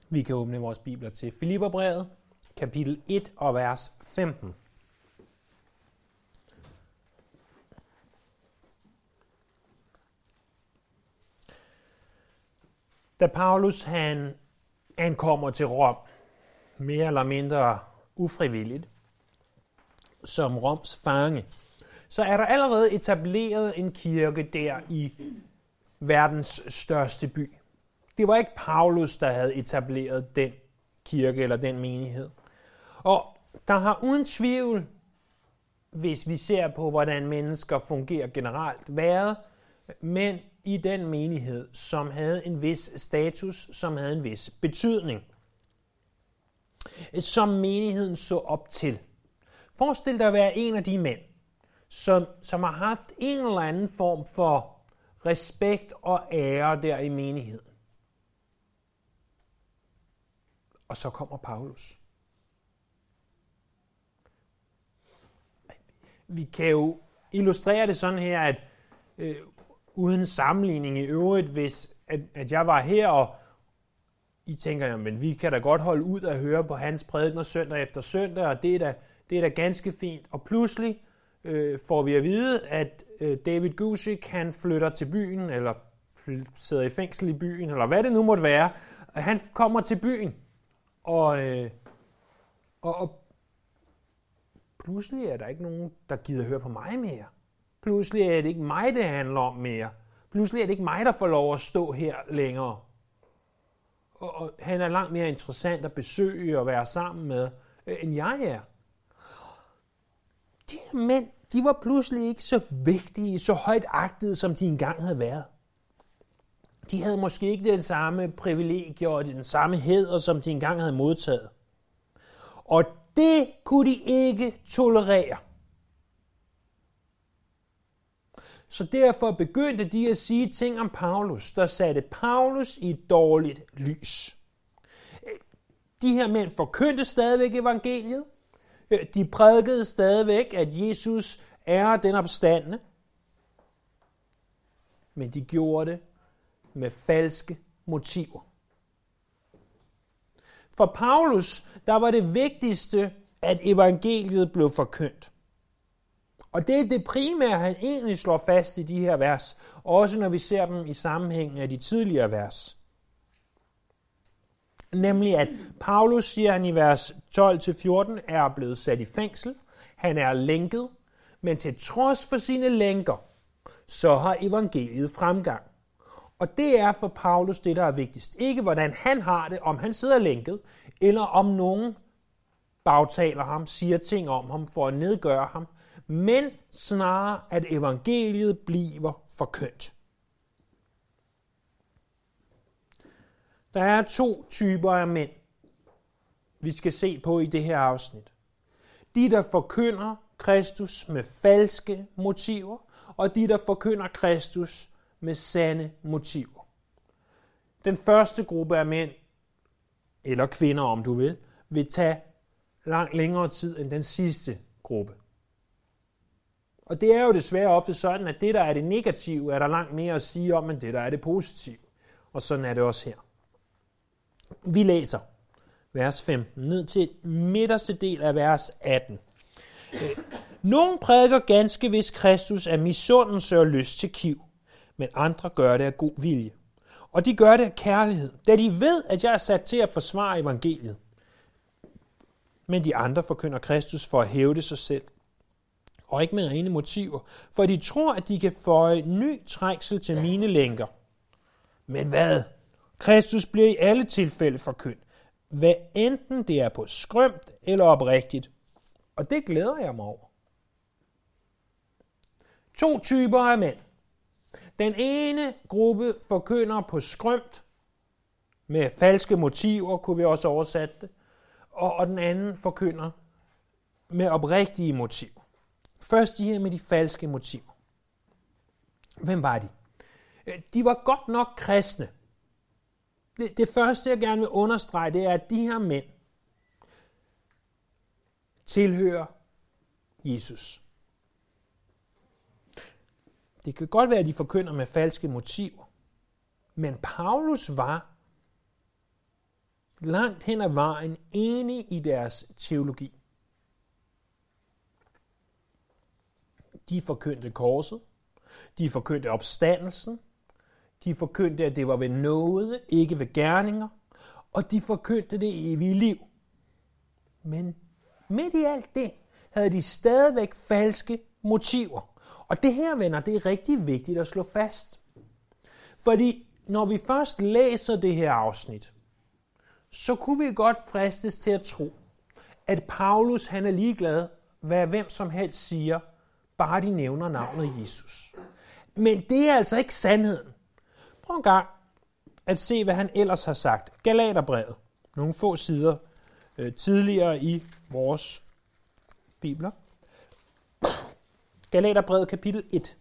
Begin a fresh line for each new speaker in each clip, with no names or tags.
Vi kan åbne vores bibler til Filipperbrevet, kapitel 1 og vers 15. Da Paulus han ankommer til Rom, mere eller mindre ufrivilligt, som Roms fange, så er der allerede etableret en kirke der i verdens største by. Det var ikke Paulus, der havde etableret den kirke eller den menighed. Og der har uden tvivl, hvis vi ser på, hvordan mennesker fungerer generelt, været mænd i den menighed, som havde en vis status, som havde en vis betydning, som menigheden så op til. Forestil dig at være en af de mænd, som har haft en eller anden form for respekt og ære der i menigheden. Og så kommer Paulus. Vi kan jo illustrere det sådan her, at uden sammenligning i øvrigt, hvis at jeg var her, og I tænker, jamen vi kan da godt holde ud at høre på hans prædikener søndag efter søndag, og det er da ganske fint. Og pludselig får vi at vide, at David Guzik, han flytter til byen, eller sidder i fængsel i byen, eller hvad det nu måtte være. Han kommer til byen, og pludselig er der ikke nogen, der gider høre på mig mere. Pludselig er det ikke mig, det handler om mere. Pludselig er det ikke mig, der får lov at stå her længere. Og han er langt mere interessant at besøge og være sammen med, end jeg er. De her mænd, de var pludselig ikke så vigtige, så højt agtede, som de engang havde været. De havde måske ikke den samme privilegier og den samme hæder, som de engang havde modtaget. Og det kunne de ikke tolerere. Så derfor begyndte de at sige ting om Paulus, der satte Paulus i et dårligt lys. De her mænd forkyndte stadigvæk evangeliet. De prædikede stadigvæk, at Jesus er den opstandne. Men de gjorde det med falske motiver. For Paulus, der var det vigtigste, at evangeliet blev forkyndt. Og det er det primære, han egentlig slår fast i de her vers, også når vi ser dem i sammenhæng af de tidligere vers. Nemlig at Paulus, siger han i vers 12-14, er blevet sat i fængsel. Han er lænket, men til trods for sine lænker, så har evangeliet fremgang. Og det er for Paulus det, der er vigtigst. Ikke hvordan han har det, om han sidder lænket, eller om nogen bagtaler ham, siger ting om ham for at nedgøre ham, men snarere at evangeliet bliver forkyndt. Der er 2 typer af mænd, vi skal se på i det her afsnit. De, der forkynder Kristus med falske motiver, og de, der forkynder Kristus med sande motiver. Den første gruppe af mænd, eller kvinder om du vil tage langt længere tid end den sidste gruppe. Og det er jo desværre ofte sådan, at det, der er det negative, er der langt mere at sige om, end det, der er det positive. Og sådan er det også her. Vi læser vers 15 ned til midterste del af vers 18. Nogen prædiker ganske vist Kristus af misundelse og lyst til kiv, men andre gør det af god vilje. Og de gør det af kærlighed, da de ved, at jeg er sat til at forsvare evangeliet. Men de andre forkynder Kristus for at hævde sig selv, og ikke med rene motiver, for de tror, at de kan føje ny trængsel til mine lænker. Men hvad? Kristus bliver i alle tilfælde forkyndt, hvad enten det er på skrømt eller oprigtigt. Og det glæder jeg mig over. 2 typer af mænd. Den ene gruppe forkynder på skrømt, med falske motiver, kunne vi også oversætte det, og den anden forkynder med oprigtige motiver. Først de her med de falske motiver. Hvem var de? De var godt nok kristne. Det første, jeg gerne vil understrege, det er, at de her mænd tilhører Jesus. Det kan godt være, at de forkynder med falske motiver, men Paulus var langt hen ad vejen enige i deres teologi. De forkyndte korset, de forkyndte opstandelsen, de forkyndte, at det var ved nåde, ikke ved gerninger, og de forkyndte det evige liv. Men midt i alt det havde de stadigvæk falske motiver. Og det her, venner, det er rigtig vigtigt at slå fast. Fordi når vi først læser det her afsnit, så kunne vi godt fristes til at tro, at Paulus han er ligeglad, hvad hvem som helst siger, bare de nævner navnet Jesus. Men det er altså ikke sandheden. Prøv en gang at se, hvad han ellers har sagt. Galaterbrevet. Nogle få sider tidligere i vores bibler. Galaterbrevet kapitel 1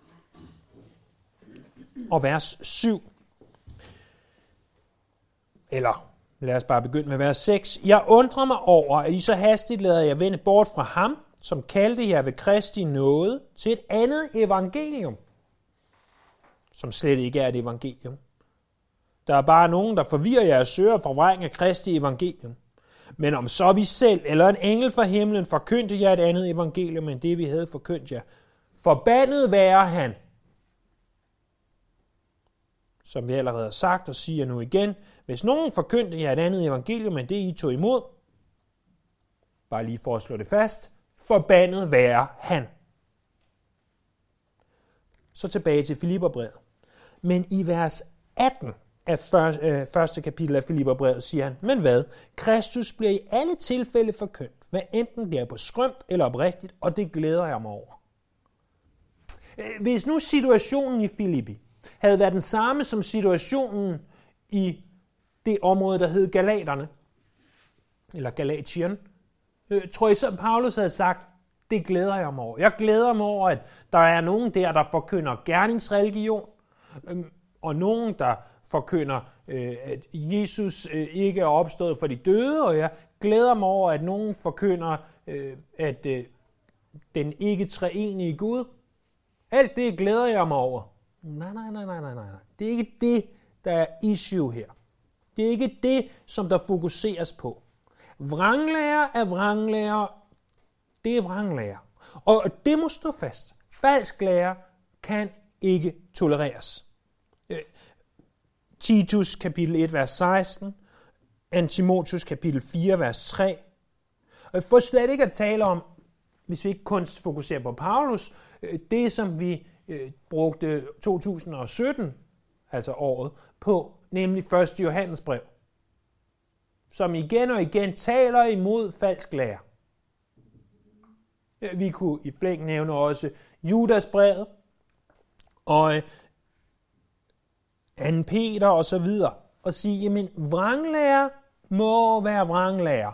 og vers 7. Eller lad os bare begynde med vers 6. Jeg undrer mig over, at I så hastigt lader jer vende bort fra ham, som kaldte jer ved Kristi nåde, til et andet evangelium, som slet ikke er et evangelium. Der er bare nogen, der forvirrer jer og søger forvræng af Kristi evangelium. Men om så vi selv eller en engel fra himlen forkyndte jer et andet evangelium, end det vi havde forkyndt jer, forbandet være han. Som vi allerede har sagt og siger nu igen, hvis nogen forkyndte jer et andet evangelium, end det I tog imod, bare lige for at slå det fast, forbandet være han. Så tilbage til Filipperbrevet. Men i vers 18 af første kapitel af Filipperbrevet siger han, men hvad? Kristus bliver i alle tilfælde forkyndt, hvad enten det er på skrømt eller oprigtigt, og det glæder jeg mig over. Hvis nu situationen i Filippi havde været den samme som situationen i det område, der hed Galaterne, eller Galatien, tror jeg så, Paulus havde sagt, det glæder jeg mig over. Jeg glæder mig over, at der er nogen der forkynder gerningsreligion, og nogen, der forkynder, at Jesus ikke er opstået for de døde, og jeg glæder mig over, at nogen forkynder, at den ikke treenige Gud. Alt det glæder jeg mig over. Nej. Det er ikke det, der er issue her. Det er ikke det, som der fokuseres på. Vranglærer er vranglærer. Det er vranglærer. Og det må stå fast. Falsk lærer kan ikke tolereres. Titus kapitel 1, vers 16. Timotheus kapitel 4, vers 3. Og for slet ikke at tale om, hvis vi ikke kun fokuserer på Paulus, det som vi brugte 2017, altså året, på, nemlig 1. Johannes brev, som igen og igen taler imod falsk lære. Vi kunne i flæng nævne også Judas brevet, og 2. Peter og så videre, og sige, jamen vranglærer må være vranglærer.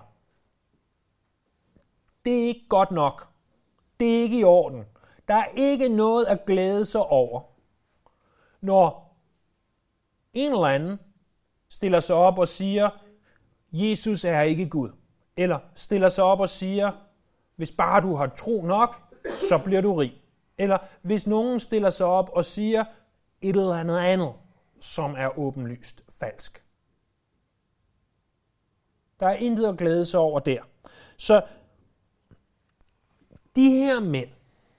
Det er ikke godt nok. Det er ikke i orden. Der er ikke noget at glæde sig over, når en eller anden stiller sig op og siger, Jesus er ikke Gud. Eller stiller sig op og siger, hvis bare du har tro nok, så bliver du rig. Eller hvis nogen stiller sig op og siger et eller andet, som er åbenlyst falsk. Der er intet at glæde sig over der. Så de her mænd,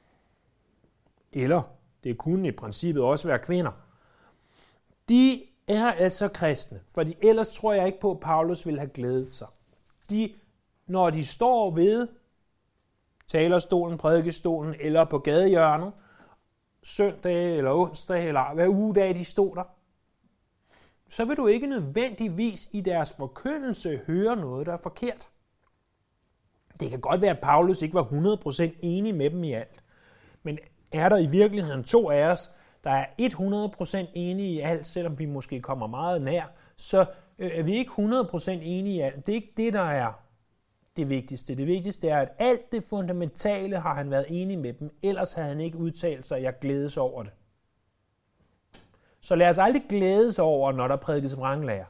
eller det kunne i princippet også være kvinder, de er altså kristne, fordi ellers tror jeg ikke på, at Paulus ville have glædet sig. Når de står ved talerstolen, prædikestolen eller på gadehjørnet, søndag eller onsdag eller hver ugedag de stod der, så vil du ikke nødvendigvis i deres forkyndelse høre noget, der er forkert. Det kan godt være, at Paulus ikke var 100% enig med dem i alt. Men er der i virkeligheden to af os, der er 100% enige i alt, selvom vi måske kommer meget nær, så er vi ikke 100% enige i alt. Det er ikke det, der er det vigtigste. Det vigtigste er, at alt det fundamentale har han været enig med dem, ellers havde han ikke udtalt sig, at jeg glædes over det. Så lad os aldrig glædes over, når der prædikes vranglære.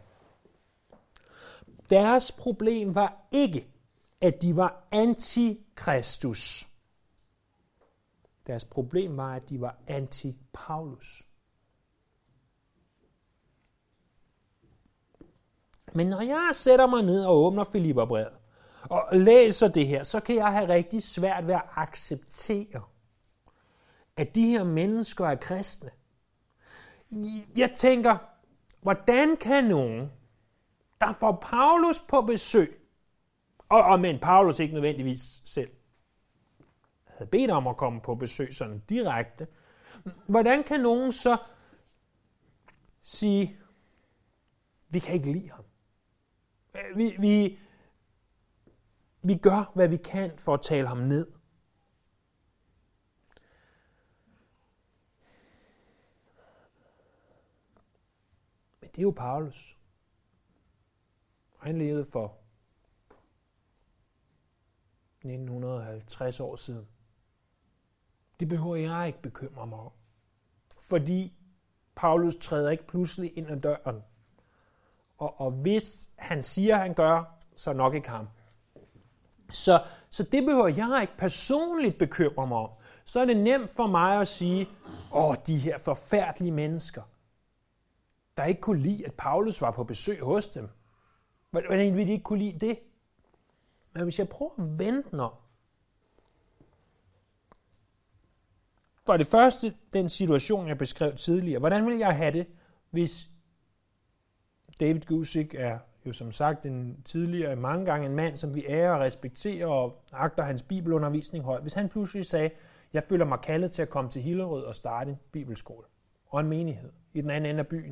Deres problem var ikke, at de var anti-Kristus. Deres problem var, at de var anti-Paulus. Men når jeg sætter mig ned og åbner Filipperbrevet og læser det her, så kan jeg have rigtig svært ved at acceptere, at de her mennesker er kristne. Jeg tænker, hvordan kan nogen, der får Paulus på besøg, og men Paulus ikke nødvendigvis selv havde bedt om at komme på besøg sådan direkte, hvordan kan nogen så sige, vi kan ikke lide ham. Vi gør, hvad vi kan for at tale ham ned. Men det er jo Paulus. Han levede for 1950 år siden. Det behøver jeg ikke bekymre mig om. Fordi Paulus træder ikke pludselig ind ad døren. Og hvis han siger, han gør, så nok ikke ham. Så det behøver jeg ikke personligt bekymre mig om. Så er det nemt for mig at sige, de her forfærdelige mennesker, der ikke kunne lide, at Paulus var på besøg hos dem. Hvordan ville de ikke kunne lide det? Men hvis jeg prøver at vente om, for det første, den situation, jeg beskrev tidligere. Hvordan ville jeg have det, hvis David Guzik er jo som sagt en tidligere mange gange en mand, som vi ærer og respekterer og agter hans bibelundervisning højt. Hvis han pludselig sagde, jeg føler mig kaldet til at komme til Hillerød og starte en bibelskole og en menighed i den anden ende af byen.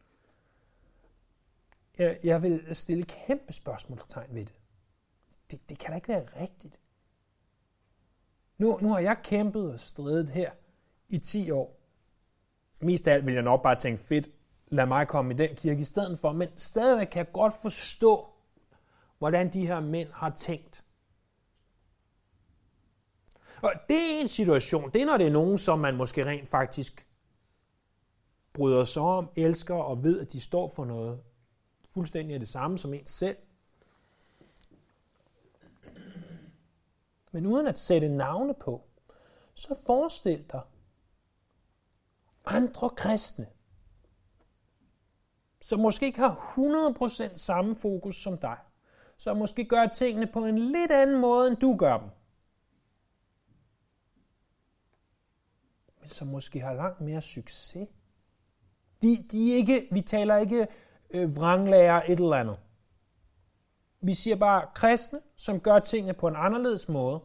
Jeg vil stille kæmpe spørgsmålstegn ved det. Det kan da ikke være rigtigt. Nu har jeg kæmpet og stridet her i 10 år. Mest af alt vil jeg nok bare tænke, fedt, lad mig komme i den kirke i stedet for, men stadigvæk kan jeg godt forstå, hvordan de her mænd har tænkt. Og det er en situation, det er når det er nogen, som man måske rent faktisk bryder sig om, elsker og ved, at de står for noget fuldstændig af det samme som en selv. Men uden at sætte navne på, så forestil dig andre kristne, som måske ikke har 100% samme fokus som dig, som måske gør tingene på en lidt anden måde, end du gør dem, men som måske har langt mere succes. Vi taler ikke vranglærer et eller andet. Vi siger bare kristne, som gør tingene på en anderledes måde,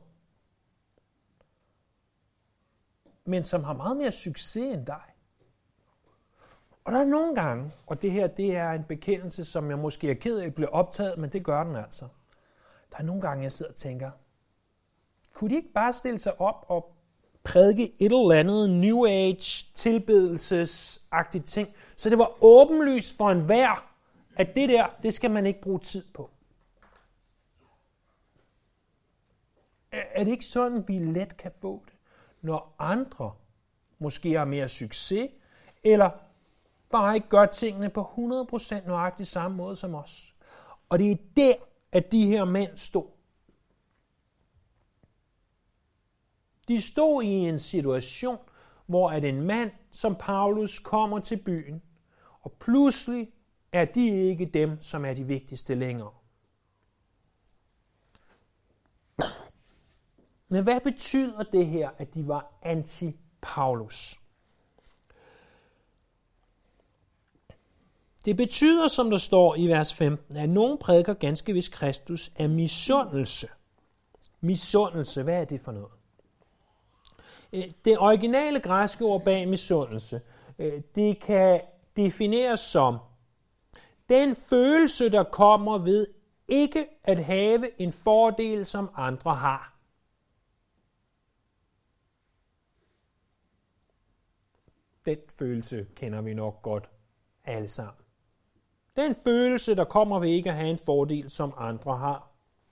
men som har meget mere succes end dig. Og der er nogle gange, og det her det er en bekendelse, som jeg måske er ked af bliver optaget, men det gør den altså. Der er nogle gange, jeg sidder og tænker, kunne de ikke bare stille sig op og prædike et eller andet New Age tilbedelsesagtigt ting, så det var åbenlyst for enhver, at det skal man ikke bruge tid på. Er det ikke sådan, vi let kan få det, når andre måske har mere succes, eller bare ikke gør tingene på 100% nøjagtigt samme måde som os? Og det er der, at de her mænd stod. De stod i en situation, hvor at en mand som Paulus kommer til byen, og pludselig er de ikke dem, som er de vigtigste længere. Men hvad betyder det her, at de var anti-Paulus? Det betyder, som der står i vers 15, at nogen prædiker ganske vist Kristus af misundelse. Misundelse, hvad er det for noget? Det originale græske ord bag misundelse, det kan defineres som den følelse, der kommer ved ikke at have en fordel, som andre har. Den følelse kender vi nok godt alle sammen. Den følelse, der kommer ved ikke at have en fordel, som andre har.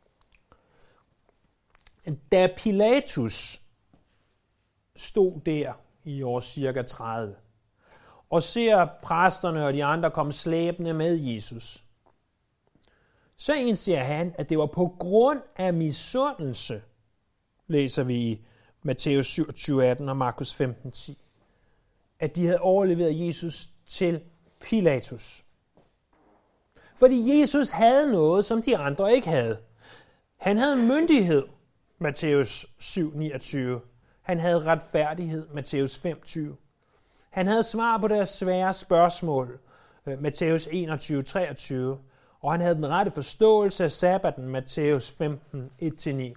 Da Pilatus stod der i år cirka 30, og ser præsterne og de andre komme slæbende med Jesus, så indser han, at det var på grund af misundelse, læser vi i Matthæus 27:18 og Markus 15:10, at de havde overleveret Jesus til Pilatus. Fordi Jesus havde noget, som de andre ikke havde. Han havde myndighed, Matthæus 7:29. Han havde retfærdighed, Matthæus 5:20. Han havde svar på deres svære spørgsmål, Matthæus 21:23. Og han havde den rette forståelse af sabbaten, Matthæus 15:1-9.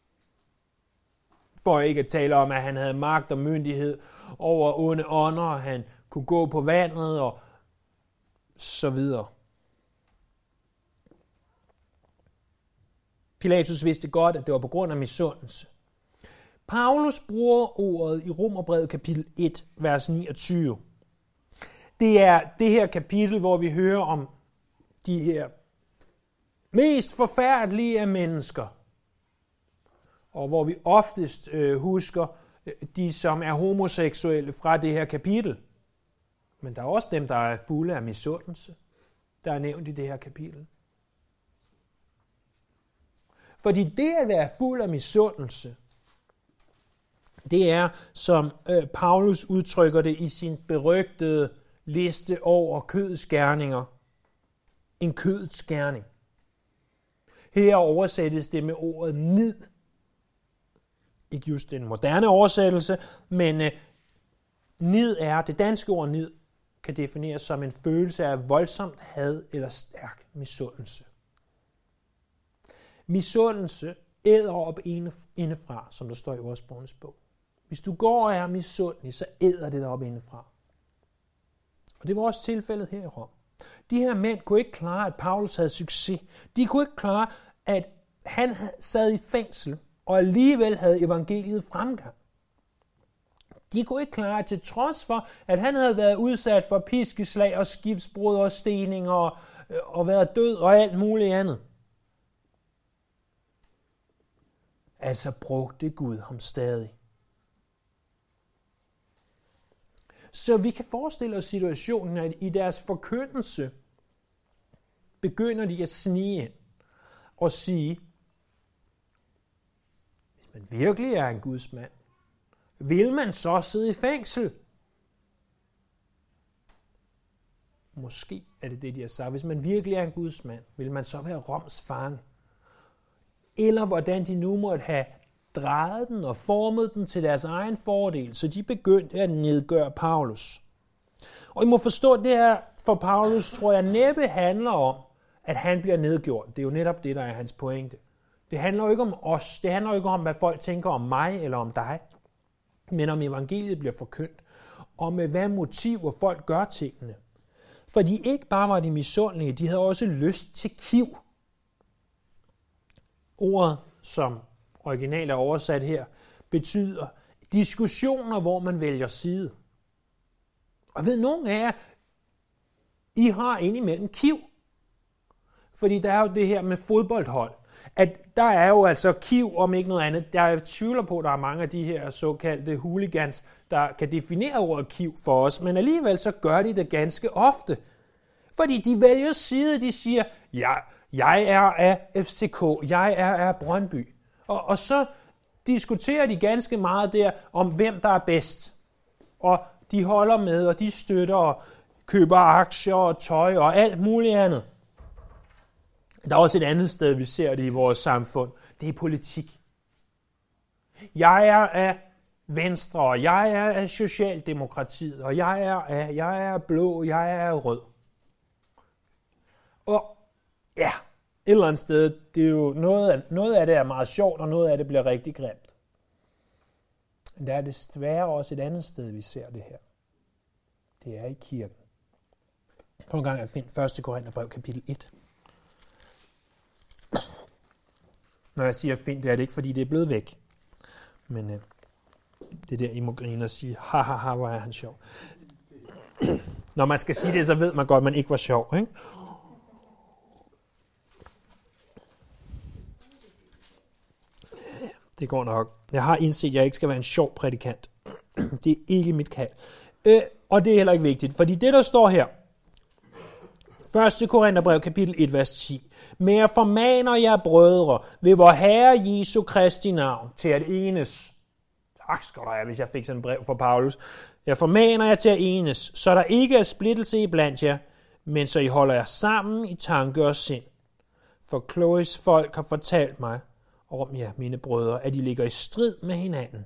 For ikke at tale om, at han havde magt og myndighed over onde ånder, og han kunne gå på vandet og så videre. Pilatus vidste godt, at det var på grund af misundelse. Paulus bruger ordet i Romerbrevet kapitel 1, vers 29. Det er det her kapitel, hvor vi hører om de her mest forfærdelige af mennesker, og hvor vi oftest husker de, som er homoseksuelle fra det her kapitel. Men der er også dem, der er fulde af misundelse, der er nævnt i det her kapitel. Fordi det at være fuld af misundelse, det er, som Paulus udtrykker det i sin berygtede liste over kødets gerninger, en kødets gerning. Her oversættes det med ordet nid. Ikke just en moderne oversættelse, men nid er, det danske ord nid, kan defineres som en følelse af voldsomt had eller stærk misundelse. Misundelse æder op indefra, som der står i Ordsprogenes bog. Hvis du går og er misundelig, så æder det op indefra. Og det var også tilfældet her i Rom. De her mænd kunne ikke klare, at Paulus havde succes. De kunne ikke klare, at han sad i fængsel, og alligevel havde evangeliet fremgang. De kunne ikke klare, til trods for, at han havde været udsat for piskeslag og skibsbrud og steninger og været død og alt muligt andet. Altså brugte Gud ham stadig. Så vi kan forestille os situationen, at i deres forkyndelse begynder de at snige ind og sige, hvis man virkelig er en Guds mand, vil man så sidde i fængsel? Måske er det det, de har sagt. Hvis man virkelig er en Guds mand, vil man så være Roms fange? Eller hvordan de nu måtte have drejet den og formet den til deres egen fordel, så de begyndte at nedgøre Paulus. Og I må forstå, at det her for Paulus, tror jeg, næppe handler om, at han bliver nedgjort. Det er jo netop det, der er hans pointe. Det handler jo ikke om os. Det handler jo ikke om, hvad folk tænker om mig eller om dig. Men om evangeliet bliver forkyndt. Og med hvad motiver folk gør tingene. For de ikke bare var de misundelige, de havde også lyst til kiv. Ordet, som originalt er oversat her, betyder diskussioner, hvor man vælger side. Og ved nogen af jer, I har indimellem kiv. Fordi der er jo det her med fodboldhold, at der er jo altså kiv om ikke noget andet. Jeg tvivler på, at der er mange af de her såkaldte hooligans, der kan definere ordet kiv for os, men alligevel så gør de det ganske ofte. Fordi de vælger side, de siger, ja, jeg er af FCK, jeg er af Brøndby. Og så diskuterer de ganske meget der om, hvem der er bedst. Og de holder med, og de støtter og køber aktier og tøj og alt muligt andet. Der er også et andet sted, vi ser det i vores samfund. Det er politik. Jeg er af Venstre, og jeg er af Socialdemokratiet, og jeg er blå, jeg er af rød. Og ja, et eller andet sted, det er jo noget af det er meget sjovt, og noget af det bliver rigtig grimt. Men der er desværre også et andet sted, vi ser det her. Det er i kirken. Prøv en gang at finde 1. Korintherbrev kapitel 1. Når jeg siger find, det er det ikke, fordi det er blevet væk. Men det er der, I må grine og sige, ha, hvor er han sjov. Når man skal sige det, så ved man godt, at man ikke var sjov, ikke? Det går nok. Jeg har indset, at jeg ikke skal være en sjov prædikant. Det er ikke mit kald. Og det er heller ikke vigtigt, fordi det, der står her, 1. Korintherbrev kapitel 1, vers 10. Men jeg formaner jer, brødre, ved vor Herre Jesu Kristi navn, til at enes. Tak skal du have, hvis jeg fik sådan en brev fra Paulus. Jeg formaner jer til at enes, så der ikke er splittelse iblandt jer, men så I holder jer sammen i tanke og sind. For Klois folk har fortalt mig om jer, mine brødre, at I ligger i strid med hinanden.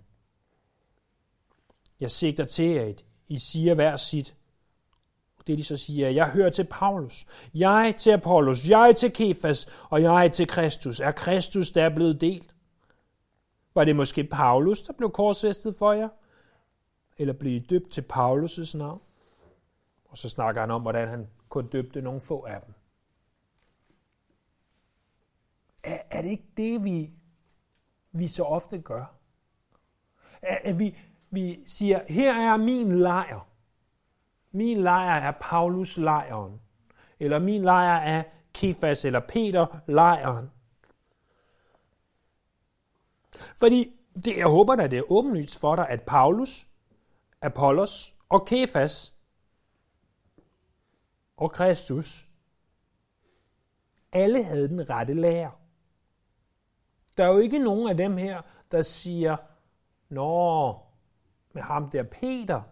Jeg sigter til, at I siger hver sit. Det de så siger, jeg hører til Paulus, jeg til Apollos, jeg til Kefas, og jeg til Kristus. Er Kristus der blevet delt? Var det måske Paulus, der blev korsfæstet for jer? Eller blev I døbt til Paulus' navn? Og så snakker han om, hvordan han kun døbte nogle få af dem. Er det ikke det, vi så ofte gør? At vi siger, her er min lejr. Min lejr er Paulus-lejren. Eller min lejr er Kefas eller Peter-lejren. Fordi jeg håber da, det er åbenlyst for dig, at Paulus, Apollos og Kefas og Kristus alle havde den rette lære. Der er jo ikke nogen af dem her, der siger, nå, med ham der Peter,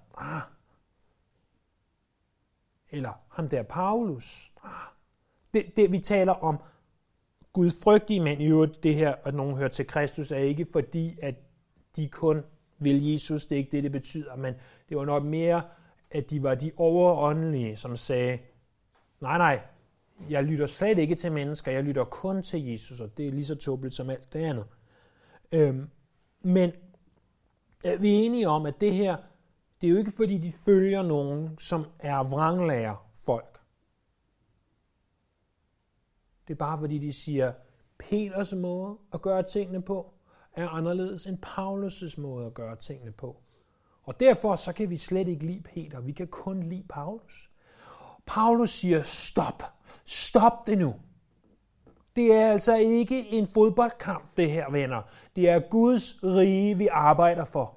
eller ham der Paulus. Det vi taler om gudfrygtige mænd, i øvrigt det her, at nogen hører til Kristus, er ikke fordi, at de kun vil Jesus, det er ikke det betyder, men det var nok mere, at de var de overåndelige, som sagde, nej, jeg lytter slet ikke til mennesker, jeg lytter kun til Jesus, og det er lige så tåbeligt som alt det andet. Men vi er enige om, at det her, det er jo ikke fordi, de følger nogen, som er vranglærer folk. Det er bare fordi, de siger, Peters måde at gøre tingene på, er anderledes end Paulus' måde at gøre tingene på. Og derfor så kan vi slet ikke lide Peter, vi kan kun lide Paulus. Paulus siger, stop det nu. Det er altså ikke en fodboldkamp, det her, venner. Det er Guds rige, vi arbejder for.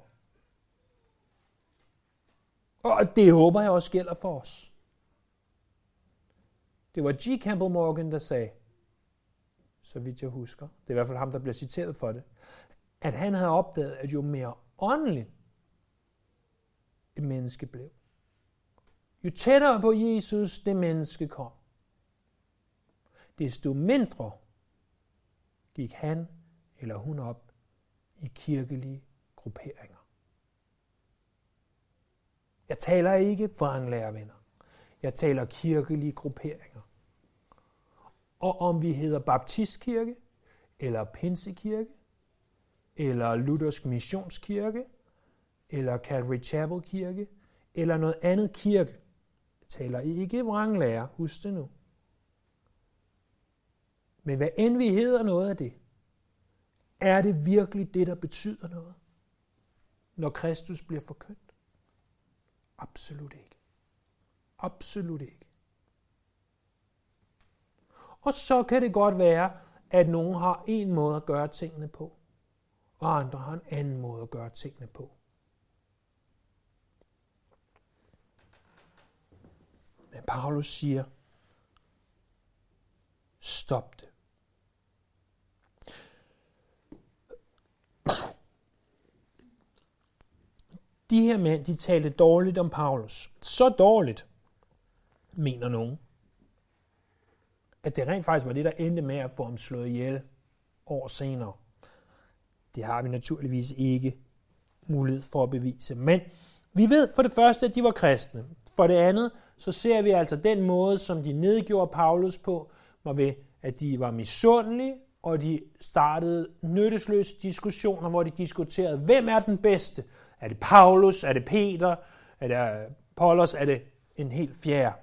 Og det håber jeg også gælder for os. Det var G. Campbell Morgan, der sagde, så vidt jeg husker, det er i hvert fald ham, der bliver citeret for det, at han havde opdaget, at jo mere åndeligt et menneske blev, jo tættere på Jesus det menneske kom, desto mindre gik han eller hun op i kirkelige grupperinger. Jeg taler ikke vranglærervenner. Jeg taler kirkelige grupperinger. Og om vi hedder Baptistkirke, eller Pinsekirke, eller Luthersk Missionskirke, eller Calvary Chapel Kirke, eller noget andet kirke, jeg taler ikke vranglærer, husk det nu. Men hvad end vi hedder noget af det, er det virkelig det, der betyder noget, når Kristus bliver forkyndt? Absolut ikke. Absolut ikke. Og så kan det godt være, at nogen har en måde at gøre tingene på, og andre har en anden måde at gøre tingene på. Men Paulus siger, stop det. De her mænd, de talte dårligt om Paulus. Så dårligt, mener nogen, at det rent faktisk var det, der endte med at få ham slået ihjel år senere. Det har vi naturligvis ikke mulighed for at bevise. Men vi ved for det første, at de var kristne. For det andet, så ser vi altså den måde, som de nedgjorde Paulus på, var ved, at de var misundelige, og de startede nyttesløse diskussioner, hvor de diskuterede, hvem er den bedste? Er det Paulus? Er det Peter? Er det Apollos? Er det en helt fjerde?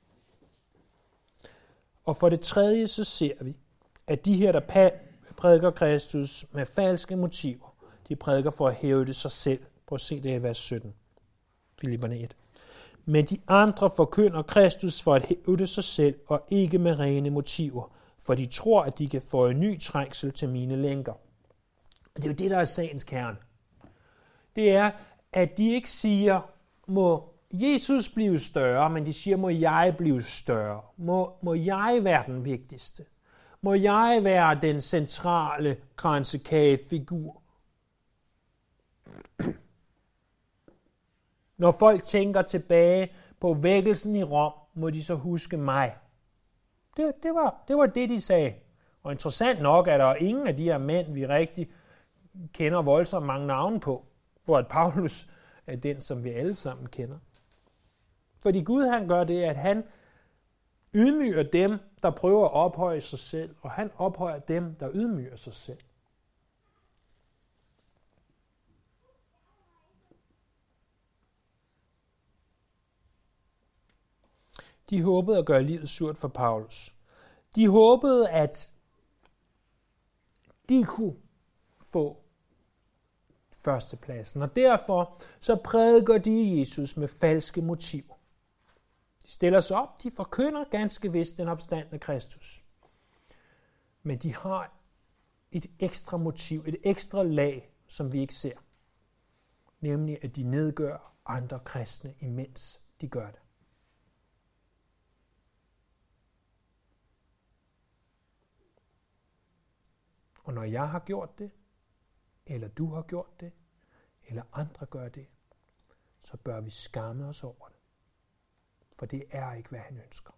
Og for det tredje, så ser vi, at de her, der prædiker Kristus med falske motiver, de prædiker for at hæve det sig selv. Prøv at se det i vers 17. Filipperne 1. Men de andre forkynder Kristus for at hæve det sig selv, og ikke med rene motiver, for de tror, at de kan få en ny trængsel til mine lænker. Og det er jo det, der er sagens kerne. Det er, at de ikke siger, må Jesus blive større, men de siger, må jeg blive større? Må jeg være den vigtigste? Må jeg være den centrale kransekagefigur? Når folk tænker tilbage på vækkelsen i Rom, må de så huske mig. Det var det, de sagde. Og interessant nok er der ingen af de her mænd, vi rigtig kender voldsomt mange navne på, hvor at Paulus er den, som vi alle sammen kender. Fordi Gud, han gør det, at han ydmyger dem, der prøver at ophøje sig selv, og han ophøjer dem, der ydmyger sig selv. De håbede at gøre livet surt for Paulus. De håbede, at de kunne få førstepladsen, og derfor så prædiker de Jesus med falske motiver. De stiller sig op, de forkynder ganske vist den opstandne Kristus. Men de har et ekstra motiv, et ekstra lag, som vi ikke ser. Nemlig, at de nedgør andre kristne, imens de gør det. Og når jeg har gjort det, eller du har gjort det, eller andre gør det, så bør vi skamme os over det. For det er ikke, hvad han ønsker.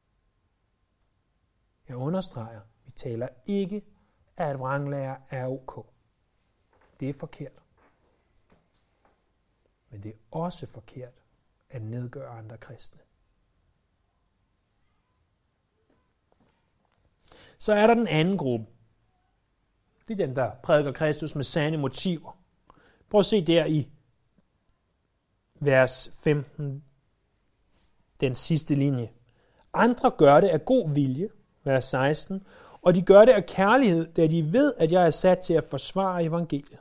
Jeg understreger, vi taler ikke, at vranglære er ok. Det er forkert. Men det er også forkert at nedgøre andre kristne. Så er der den anden gruppe. Det er den, der prædiker Kristus med sande motiver. Prøv at se der i vers 15, den sidste linje. Andre gør det af god vilje, vers 16, og de gør det af kærlighed, da de ved, at jeg er sat til at forsvare evangeliet.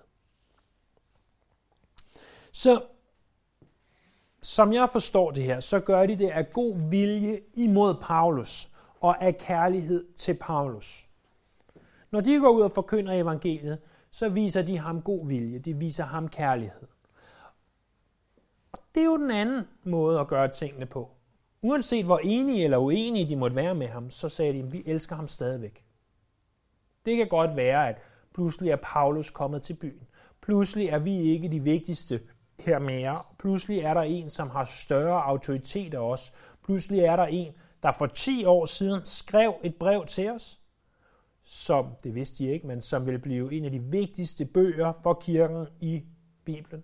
Så som jeg forstår det her, så gør de det af god vilje imod Paulus og af kærlighed til Paulus. Når de går ud og forkynder evangeliet, så viser de ham god vilje, de viser ham kærlighed. Og det er jo den anden måde at gøre tingene på. Uanset hvor enige eller uenige de måtte være med ham, så sagde de, at vi elsker ham stadigvæk. Det kan godt være, at pludselig er Paulus kommet til byen. Pludselig er vi ikke de vigtigste her mere. Pludselig er der en, som har større autoritet af os. Pludselig er der en, der for 10 år siden skrev et brev til os, som, det vidste de ikke, men som vil blive en af de vigtigste bøger for kirken i Bibelen.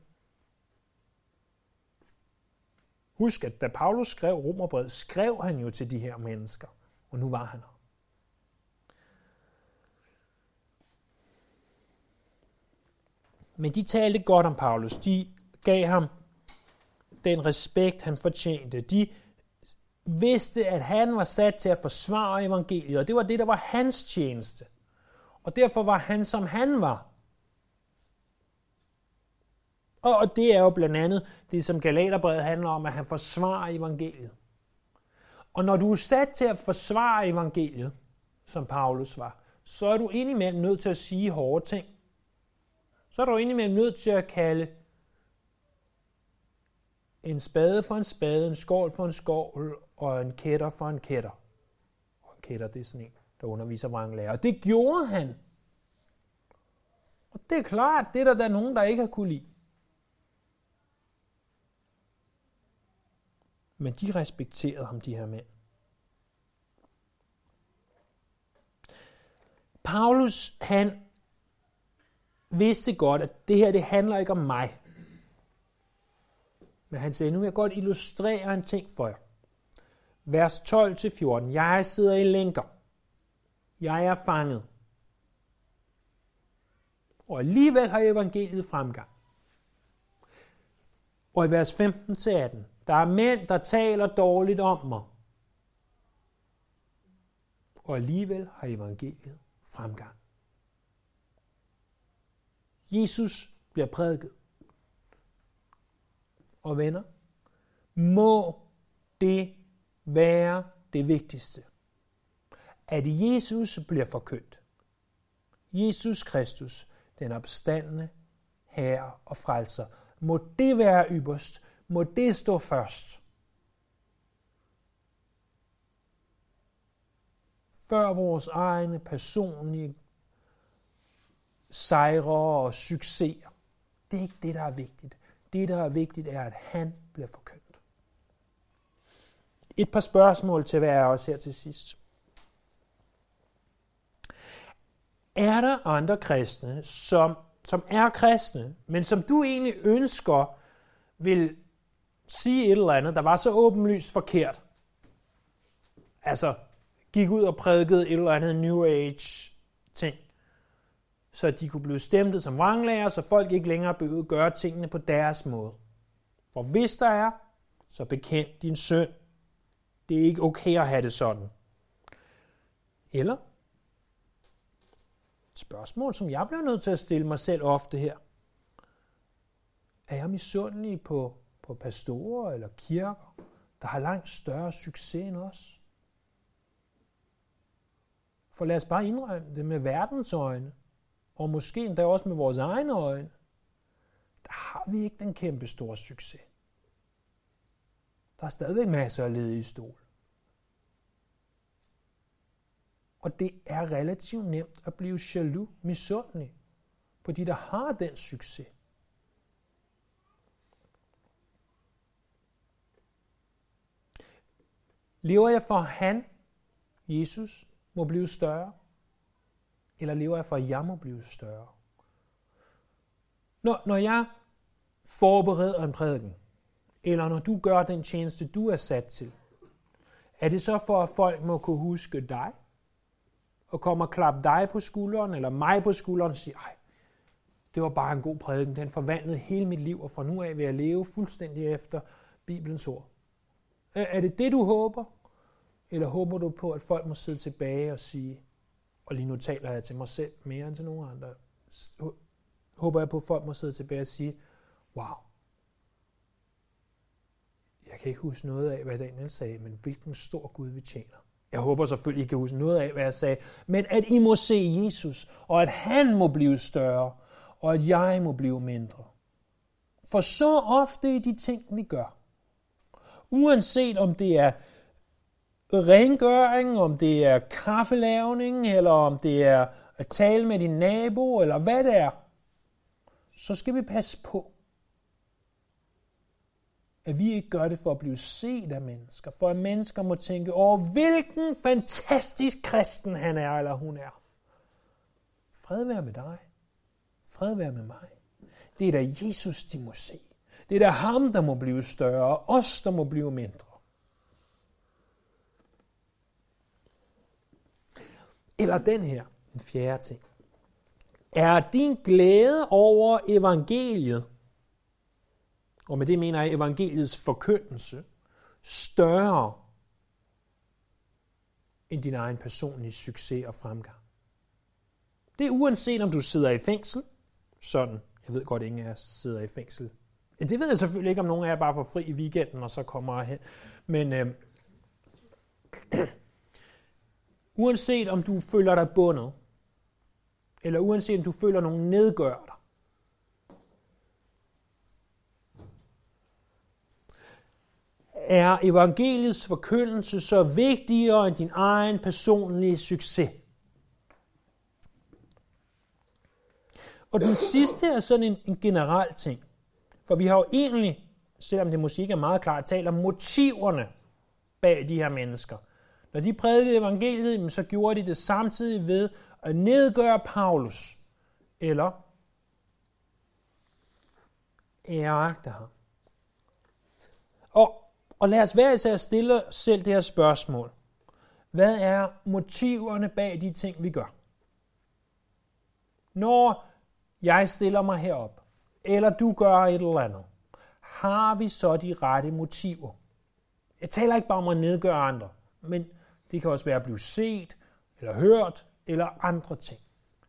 Husk, at da Paulus skrev Romerbrevet, skrev han jo til de her mennesker, og nu var han her. Men de talte godt om Paulus. De gav ham den respekt, han fortjente. De vidste, at han var sat til at forsvare evangeliet, og det var det, der var hans tjeneste. Og derfor var han, som han var. Og det er jo blandt andet det, som Galaterbrevet handler om, at han forsvarer evangeliet. Og når du er sat til at forsvare evangeliet, som Paulus var, så er du indimellem nødt til at sige hårde ting. Så er du indimellem nødt til at kalde en spade for en spade, en skål for en skål, og en kætter for en kætter. Og en kætter, det er sådan en, der underviser vranglære. Og det gjorde han. Og det er klart, det er der nogen, der ikke har kunne lide. Men de respekterede ham, de her mænd. Paulus, han vidste godt, at det her, det handler ikke om mig. Men han sagde, nu vil jeg godt illustrere en ting for jer. Vers 12-14. Jeg sidder i lænker. Jeg er fanget. Og alligevel har evangeliet fremgang. Og i vers 15-18. Der er mænd, der taler dårligt om mig. Og alligevel har evangeliet fremgang. Jesus bliver prædiket. Og venner, må det være det vigtigste, at Jesus bliver forkyndt. Jesus Kristus, den opstandne Herre og Frelser, må det være ypperst, må det stå først. Før vores egne personlige sejre og succeser. Det er ikke det, der er vigtigt. Det, der er vigtigt, er, at han bliver forkyndt. Et par spørgsmål til hver af os her til sidst. Er der andre kristne, som er kristne, men som du egentlig ønsker vil sige et eller andet, der var så åbenlyst forkert? Altså, gik ud og prædikede et eller andet New Age ting, så de kunne blive stemplet som vranglærer, så folk ikke længere behøvede at gøre tingene på deres måde. For hvis der er, så bekend din synd. Det er ikke okay at have det sådan. Eller spørgsmål, som jeg bliver nødt til at stille mig selv ofte her. Er jeg misundelig på pastorer eller kirker, der har langt større succes end os? For lad os bare indrømme det med verdens øjne, og måske endda også med vores egne øjne. Der har vi ikke den kæmpe store succes. Der er stadigvæk masser af ledige stol. Og det er relativt nemt at blive jaloux, misundelig på de, der har den succes. Lever jeg for, at han, Jesus, må blive større? Eller lever jeg for, at jeg må blive større? Når jeg forbereder en prædiken, eller når du gør den tjeneste, du er sat til, er det så for, at folk må kunne huske dig? Og komme og klappe dig på skulderen, eller mig på skulderen, og sige, ej, det var bare en god prædiken, den forvandlede hele mit liv, og fra nu af vil jeg leve fuldstændig efter Bibelens ord. Er det det, du håber? Eller håber du på, at folk må sidde tilbage og sige, og lige nu taler jeg til mig selv mere end til nogen andre, håber jeg på, at folk må sidde tilbage og sige, wow, jeg kan ikke huske noget af, hvad Daniel sagde, men hvilken stor Gud vi tjener. Jeg håber selvfølgelig, I kan huske noget af, hvad jeg sagde, men at I må se Jesus, og at han må blive større, og at jeg må blive mindre. For så ofte i de ting, vi gør, uanset om det er rengøring, om det er kaffelavning, eller om det er at tale med din nabo, eller hvad det er, så skal vi passe på, at vi ikke gør det for at blive set af mennesker, for at mennesker må tænke, hvilken fantastisk kristen han er, eller hun er. Fred være med dig. Fred være med mig. Det er da Jesus, de må se. Det er da ham, der må blive større, og os, der må blive mindre. Eller den her, en fjerde ting. Er din glæde over evangeliet, og med det mener jeg evangeliets forkyndelse, større end din egen personlige succes og fremgang? Det er uanset om du sidder i fængsel, sådan, jeg ved godt, ingen af jer sidder i fængsel. Det ved jeg selvfølgelig ikke, om nogen af jer bare får fri i weekenden, og så kommer hen. Men uanset om du føler dig bundet, eller uanset om du føler nogen nedgør dig, er evangeliets forkyndelse så vigtigere end din egen personlige succes. Og den sidste er sådan en generel ting. For vi har jo egentlig, selvom det måske ikke er meget klart, talt om motiverne bag de her mennesker. Når de prædikede evangeliet, så gjorde de det samtidig ved at nedgøre Paulus, eller æreagte ham. Og lad os hver især stille os selv det her spørgsmål. Hvad er motiverne bag de ting, vi gør? Når jeg stiller mig herop, eller du gør et eller andet, har vi så de rette motiver? Jeg taler ikke bare om at nedgøre andre, men det kan også være at blive set, eller hørt, eller andre ting.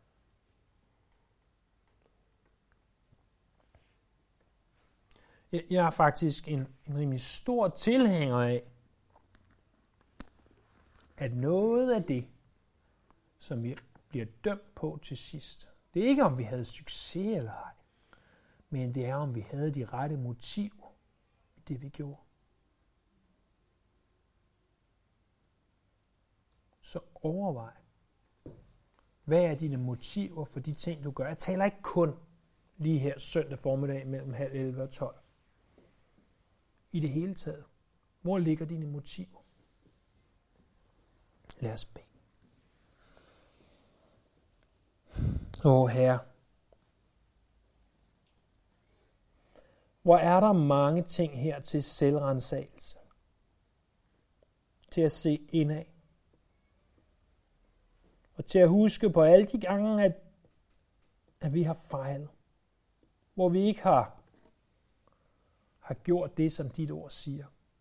Jeg er faktisk en rimelig stor tilhænger af, at noget af det, som vi bliver dømt på til sidst, det er ikke om vi havde succes eller ej, men det er om vi havde de rette motiver i det vi gjorde. Så overvej, hvad er dine motiver for de ting du gør? Jeg taler ikke kun lige her søndag formiddag mellem 10:30 og 12. I det hele taget, hvor ligger dine motiver? Lad os bede. Herre, hvor er der mange ting her til selvrensagelse, til at se indad, og til at huske på alle de gange, at vi har fejlet, hvor vi ikke har gjort det, som dit ord siger.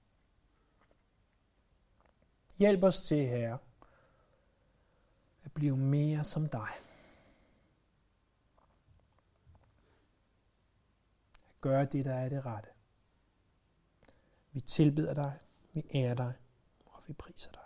Hjælp os til, Herre, at blive mere som dig. At gøre det, der er det rette. Vi tilbeder dig, vi ærer dig, og vi priser dig.